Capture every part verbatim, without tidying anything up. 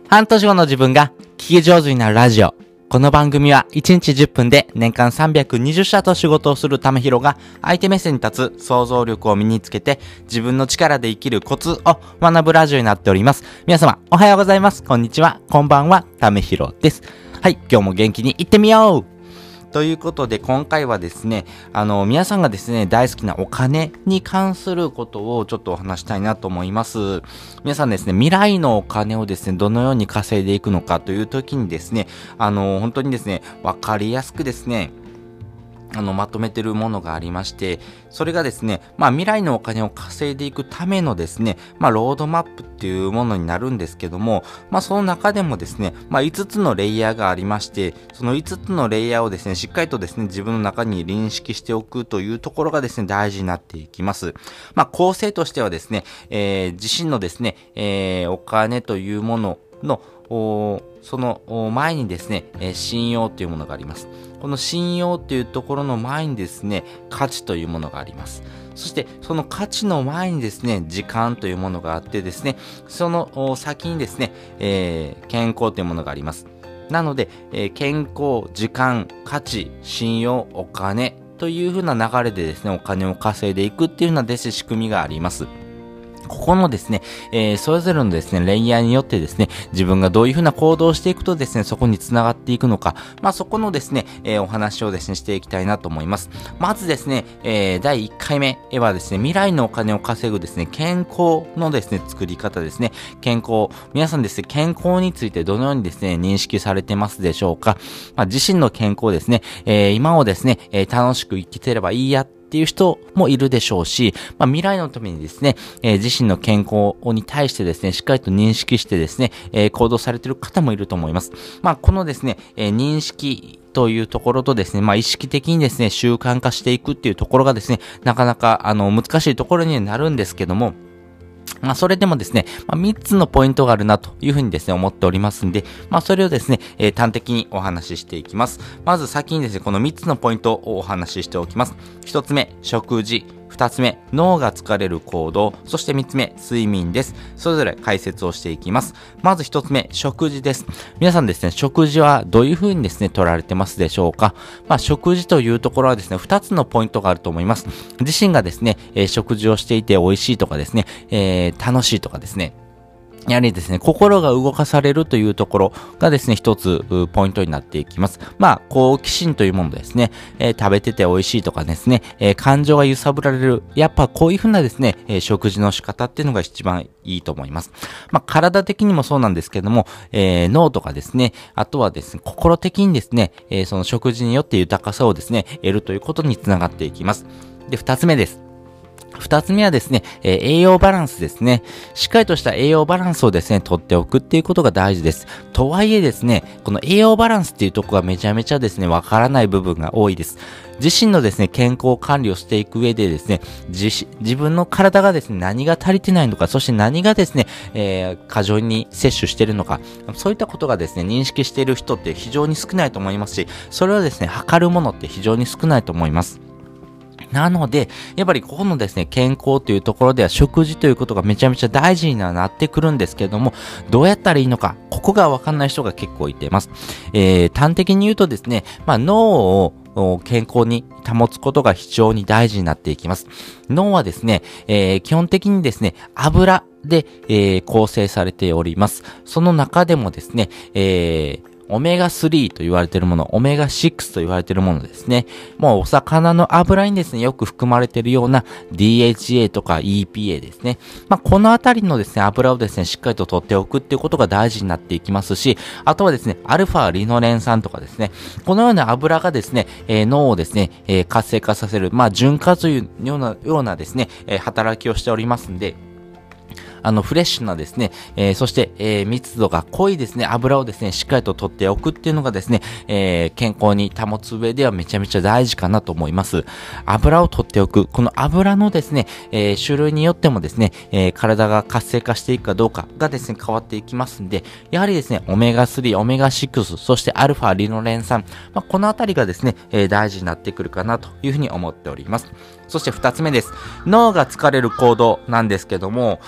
半年後の自分が聞き上手になるラジオ。この番組はいちにちじゅっぷんで年間さんびゃくにじゅっしゃと仕事をするためひろが相手目線に立つ想像力を身につけて自分の力で生きるコツを学ぶラジオになっております。皆様おはようございます。こんにちは。こんばんは。ためひろです。はい、今日も元気にいってみようということで、今回はですね、あの、皆さんがですね、大好きなお金に関することをちょっとお話したいなと思います。皆さんですね、未来のお金をですね、どのように稼いでいくのかという時にですね、あの、本当にですね、わかりやすくですね、あの、まとめてるものがありまして、それがですね、まあ未来のお金を稼いでいくためのですね、まあロードマップっていうものになるんですけども、まあその中でもですね、まあいつつのレイヤーがありまして、そのいつつのレイヤーをですね、しっかりとですね、自分の中に認識しておくというところがですね、大事になっていきます。まあ構成としてはですね、えー、自身のですね、えー、お金というものの、その前にですね、えー、信用というものがあります。この信用というところの前にですね、価値というものがあります。そしてその価値の前にですね、時間というものがあってですね、その先にですね、えー、健康というものがあります。なので、えー、健康、時間、価値、信用、お金というふうな流れでですね、お金を稼いでいくっていうようなですね、仕組みがあります。ここのですね、えー、それぞれのですね、レイヤーによってですね、自分がどういうふうな行動をしていくとですね、そこに繋がっていくのか、まあそこのですね、えー、お話をですね、していきたいなと思います。まずですね、えー、だいいっかいめはですね、未来のお金を稼ぐですね、健康のですね、作り方ですね。健康。皆さんですね、健康についてどのようにですね、認識されてますでしょうか。まあ、自身の健康ですね、えー、今をですね、えー、楽しく生きてればいいやっていう人もいるでしょうし、まあ、未来のためにですね、えー、自身の健康に対してですね、しっかりと認識してですね、えー、行動されている方もいると思います。まあ、このですね、えー、認識というところとですね、まあ意識的にですね、習慣化していくっていうところがですね、なかなかあの難しいところになるんですけども、まあ、それでもですね、まあ、みっつのポイントがあるなというふうにですね、思っておりますんで、まあ、それをですね、えー、端的にお話ししていきます。まず先にですね、このみっつのポイントをお話ししておきます。ひとつめ、食事。二つ目、脳が疲れる行動。そして三つ目、睡眠です。それぞれ解説をしていきます。まず一つ目、食事です。皆さんですね、食事はどういう風にですね、取られてますでしょうか。まあ、食事というところはですね、二つのポイントがあると思います。自身がですね、えー、食事をしていて美味しいとかですね、えー、楽しいとかですね、やはりですね、心が動かされるというところがですね、一つポイントになっていきます。まあ、好奇心というものですね、えー、食べてて美味しいとかですね、えー、感情が揺さぶられる。やっぱこういうふうなですね、えー、食事の仕方っていうのが一番いいと思います。まあ、体的にもそうなんですけども、えー、脳とかですね、あとはですね、心的にですね、えー、その食事によって豊かさをですね、得るということにつながっていきます。で、二つ目です。二つ目はですね、えー、栄養バランスですね。しっかりとした栄養バランスをですね、取っておくっていうことが大事です。とはいえですね、この栄養バランスっていうところがめちゃめちゃですね、わからない部分が多いです。自身のですね、健康管理をしていく上でですね、自, 自分の体がですね、何が足りてないのか、そして何がですね、えー、過剰に摂取しているのか、そういったことがですね、認識している人って非常に少ないと思いますし、それをですね、測るものって非常に少ないと思います。なので、やっぱりここのですね、健康というところでは食事ということがめちゃめちゃ大事にはなってくるんですけれども、どうやったらいいのか、ここがわかんない人が結構いてます。えー、端的に言うとですね、まあ脳を健康に保つことが非常に大事になっていきます。脳はですね、えー、基本的にですね、油で、えー、構成されております。その中でもですね、えーオメガスリーと言われているもの、オメガシックスと言われているものですね。もうお魚の油にですね、よく含まれているような ディーエイチエー とか イーピーエー ですね。まあ、このあたりのですね、油をですね、しっかりと取っておくっていうことが大事になっていきますし、あとはですね、アルファリノレン酸とかですね、このような油がですね、えー、脳をですね、えー、活性化させる、まあ、潤滑油のような、ようなですね、えー、働きをしておりますんで、あの、フレッシュなですね、えー、そして、えー、密度が濃いですね、油をですね、しっかりと取っておくっていうのがですね、えー、健康に保つ上ではめちゃめちゃ大事かなと思います。油を取っておく。この油のですね、えー、種類によってもですね、えー、体が活性化していくかどうかがですね、変わっていきますんで、やはりですね、オメガスリー、オメガシックス、そしてアルファリノレン酸、まあ、このあたりがですね、えー、大事になってくるかなというふうに思っております。そして二つ目です。脳が疲れる行動なんですけども、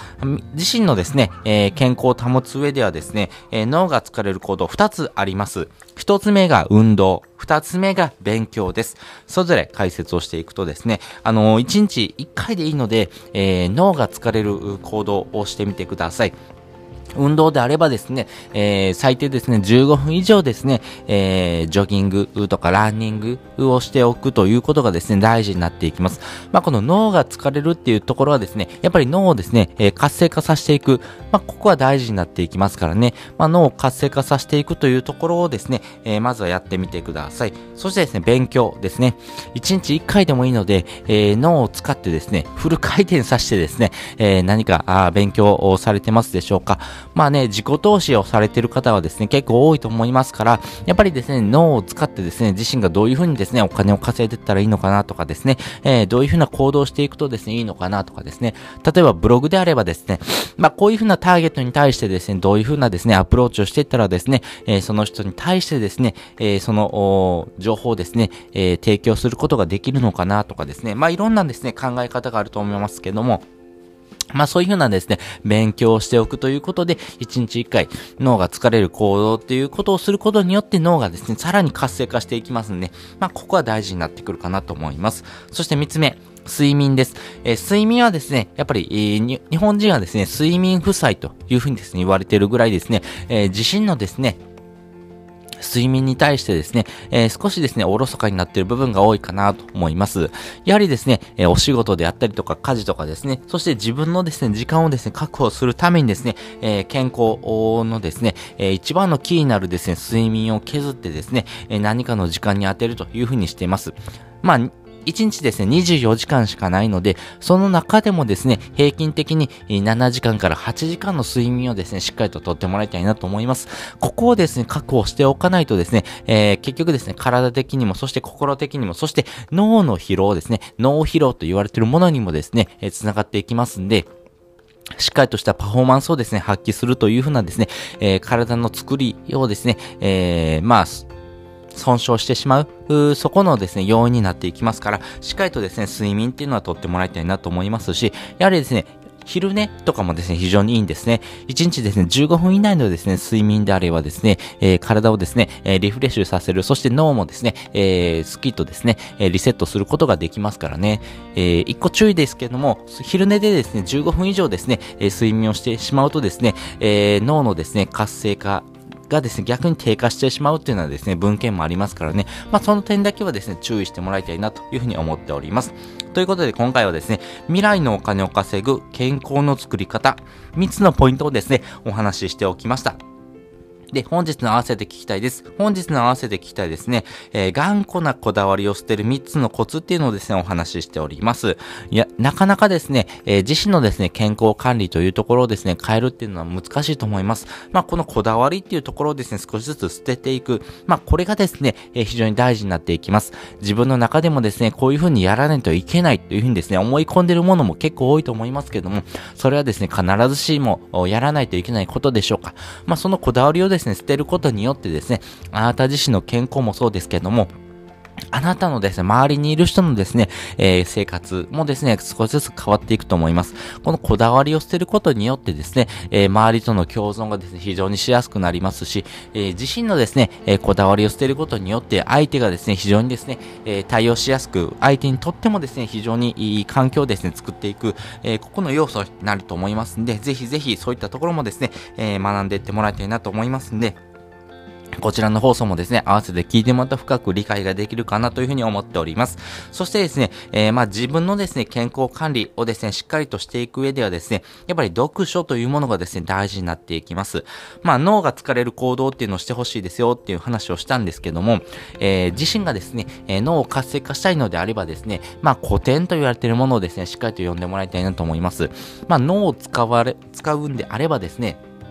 自身のですね、えー、健康を保つ上ではですね、えー、脳が疲れる行動ふたつあります。ひとつめが運動、ふたつめが勉強です。それぞれ解説をしていくとですね、あのー、いちにちいっかいでいいので、えー、脳が疲れる行動をしてみてください。運動であればですね、えー、最低ですね、じゅうごふん以上ですね、えー、ジョギングとかランニングをしておくということがですね、大事になっていきます。まあ、この脳が疲れるっていうところはですね、やっぱり脳をですね、えー、活性化させていく。まあ、ここは大事になっていきますからね、まあ、脳を活性化させていくというところをですね、えー、まずはやってみてください。そしてですね、勉強ですね。いちにちいっかいでもいいので、えー、脳を使ってですね、フル回転させてですね、えー、何かあ勉強をされてますでしょうか。まあね、自己投資をされている方はですね、結構多いと思いますから、やっぱりですね、脳を使ってですね、自身がどういうふうにですね、お金を稼いでいったらいいのかなとかですね、えー、どういうふうな行動をしていくとですね、いいのかなとかですね、例えばブログであればですね、まあこういうふうなターゲットに対してですね、どういうふうなですね、アプローチをしていったらですね、えー、その人に対してですね、えー、その情報をですね、えー、提供することができるのかなとかですね、まあいろんなですね、考え方があると思いますけども、まあそういうふうなですね、勉強をしておくということで、いちにちいっかい脳が疲れる行動っていうことをすることによって脳がですね、さらに活性化していきますんで、まあここは大事になってくるかなと思います。そしてみっつめ。睡眠です。えー、睡眠はですね、やっぱり、えー、日本人はですね、睡眠負債というふうにですね、言われているぐらいですね、えー、自身のですね、睡眠に対してですね、えー、少しですね、おろそかになっている部分が多いかなと思います。やはりですね、えー、お仕事であったりとか家事とかですね、そして自分のですね、時間をですね、確保するためにですね、えー、健康のですね、えー、一番のキーになるですね、睡眠を削ってですね、えー、何かの時間に当てるというふうにしています。まあ、いちにちですね、にじゅうよじかんしかないので、その中でもですね、平均的にななじかんからはちじかんの睡眠をですね、しっかりととってもらいたいなと思います。ここをですね、確保しておかないとですね、えー、結局ですね、体的にも、そして心的にも、そして脳の疲労ですね、脳疲労と言われているものにもですね、えー、繋がっていきますんで、しっかりとしたパフォーマンスをですね、発揮するというふうなですね、えー、体の作りをですね、えー、まあ、損傷してしまう、そこのですね、要因になっていきますから、しっかりとですね、睡眠っていうのはとってもらいたいなと思いますし、やはりですね、昼寝とかもですね、非常にいいんですね。いちにちですね、じゅうごふん以内のですね、睡眠であればですね、えー、体をですね、えー、リフレッシュさせる、そして脳もですね、えー、スキッとですね、えー、リセットすることができますからね。えー、一個注意ですけども、昼寝でですね、じゅうごふん以上ですね、えー、睡眠をしてしまうとですね、えー、脳のですね、活性化、がですね、逆に低下してしまうっていうのはですね、文献もありますからね。まあ、その点だけはですね、注意してもらいたいなというふうに思っております。ということで、今回はですね、未来のお金を稼ぐ健康の作り方、みっつのポイントをですね、お話ししておきました。で、本日の合わせて聞きたいです。本日の合わせて聞きたいですね。えー、頑固なこだわりを捨てるみっつのコツっていうのをですね、お話ししております。いや、なかなかですね、えー、自身のですね、健康管理というところをですね、変えるっていうのは難しいと思います。まあ、このこだわりっていうところをですね、少しずつ捨てていく。まあ、これがですね、えー、非常に大事になっていきます。自分の中でもですね、こういうふうにやらないといけないというふうにですね、思い込んでるものも結構多いと思いますけども、それはですね、必ずしもやらないといけないことでしょうか。まあ、そのこだわりをですね、捨てることによってですね、あなた自身の健康もそうですけども、あなたのですね、周りにいる人のですね、えー、生活もですね、少しずつ変わっていくと思います。このこだわりを捨てることによってですね、えー、周りとの共存がですね、非常にしやすくなりますし、えー、自身のですね、えー、こだわりを捨てることによって、相手がですね、非常にですね、えー、対応しやすく、相手にとってもですね、非常にいい環境をですね、作っていく、えー、ここの要素になると思いますんで、ぜひぜひそういったところもですね、えー、学んでいってもらいたいなと思いますんで、こちらの放送もですね、合わせて聞いてもらった深く理解ができるかなというふうに思っております。そしてですね、えー、まあ自分のですね、健康管理をですね、しっかりとしていく上ではですね、やっぱり読書というものがですね、大事になっていきます。まあ脳が疲れる行動っていうのをしてほしいですよっていう話をしたんですけども、えー、自身がですね、えー、脳を活性化したいのであればですね、まあ古典と言われているものをですね、しっかりと読んでもらいたいなと思います。まあ脳を使われ、使うんであればですね、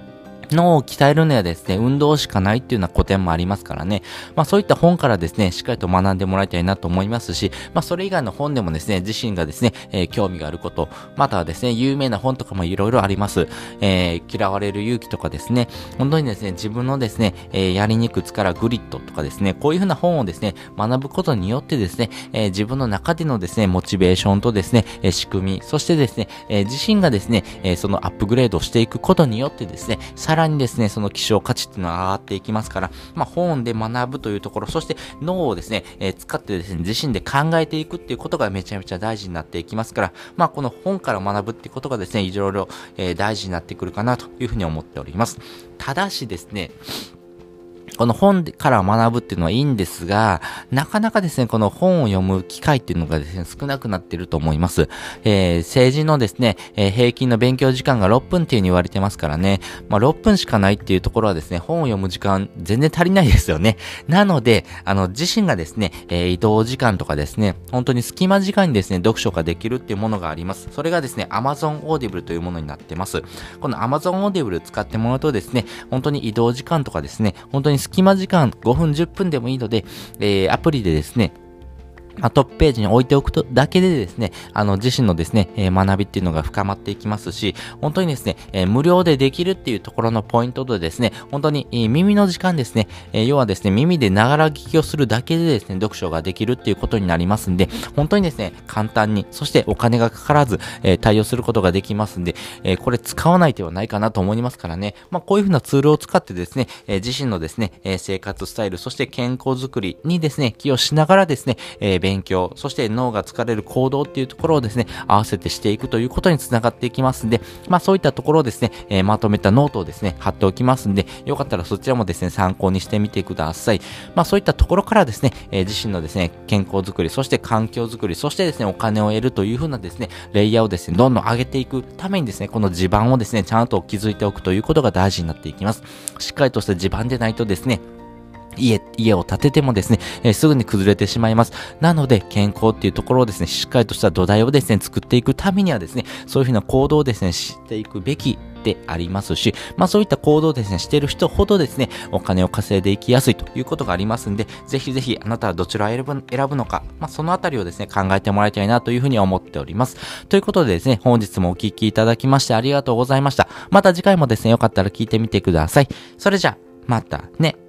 脳を鍛えるにはですね、運動しかないっていうような古典もありますからね。まあそういった本からですね、しっかりと学んでもらいたいなと思いますし、まあそれ以外の本でもですね、自身がですね、えー、興味があること、またはですね、有名な本とかもいろいろあります。えー、嫌われる勇気とかですね、本当にですね、自分のですね、えー、やりにく力、グリッドとかですね、こういうふうな本をですね、学ぶことによってですね、えー、自分の中でのですね、モチベーションとですね、えー、仕組み、そしてですね、えー、自身がですね、えー、そのアップグレードをしていくことによってですね、さらにですね、その希少価値っていうのは上がっていきますから、まあ本で学ぶというところ、そして脳をですね、えー、使ってですね、自身で考えていくっていうことがめちゃめちゃ大事になっていきますから、まあこの本から学ぶっていうことがですね、いろいろ、えー、大事になってくるかなというふうに思っております。ただしですね、この本から学ぶっていうのはいいんですが、なかなかですね、この本を読む機会っていうのがですね、少なくなっていると思います。えー、成人のですね、えー、平均の勉強時間がろっぷんっていう風に言われてますからね、まあろっぷんしかないっていうところはですね、本を読む時間全然足りないですよね。なので、あの、自身がですね、えー、移動時間とかですね、本当に隙間時間にですね、読書ができるっていうものがあります。それがですね、Amazon Audible というものになってます。この Amazon Audible 使ってもらうとですね、本当に移動時間とかですね、本当に隙間時間ごふんじゅっぷんでもいいので、えー、アプリでですね、まあ、トップページに置いておくとだけでですね、あの自身のですね、えー、学びっていうのが深まっていきますし、本当にですね、えー、無料でできるっていうところのポイントでですね、本当に、えー、耳の時間ですね、えー、要はですね、耳でながら聞きをするだけでですね、読書ができるっていうことになりますんで、本当にですね、簡単に、そしてお金がかからず、えー、対応することができますんで、えー、これ使わない手はないかなと思いますからね、まあ、こういうふうなツールを使ってですね、えー、自身のですね、えー、生活スタイル、そして健康づくりにですね、寄与しながらですね、えー勉強、そして脳が疲れる行動っていうところをですね、合わせてしていくということにつながっていきますんで、まあそういったところをですね、えー、まとめたノートをですね、貼っておきますんで、よかったらそちらもですね、参考にしてみてください。まあそういったところからですね、えー、自身のですね、健康づくり、そして環境づくり、そしてですね、お金を得るというふうなですね、レイヤーをですね、どんどん上げていくためにですね、この地盤をですね、ちゃんと築いておくということが大事になっていきます。しっかりとした地盤でないとですね、家、家を建ててもですね、えー、すぐに崩れてしまいます。なので、健康っていうところをですね、しっかりとした土台をですね、作っていくためにはですね、そういうふうな行動をですね、していくべきでありますし、まあそういった行動をですね、している人ほどですね、お金を稼いでいきやすいということがありますんで、ぜひぜひあなたはどちらを選ぶ、選ぶのか、まあそのあたりをですね、考えてもらいたいなというふうに思っております。ということでですね、本日もお聞きいただきましてありがとうございました。また次回もですね、よかったら聞いてみてください。それじゃあ、またね。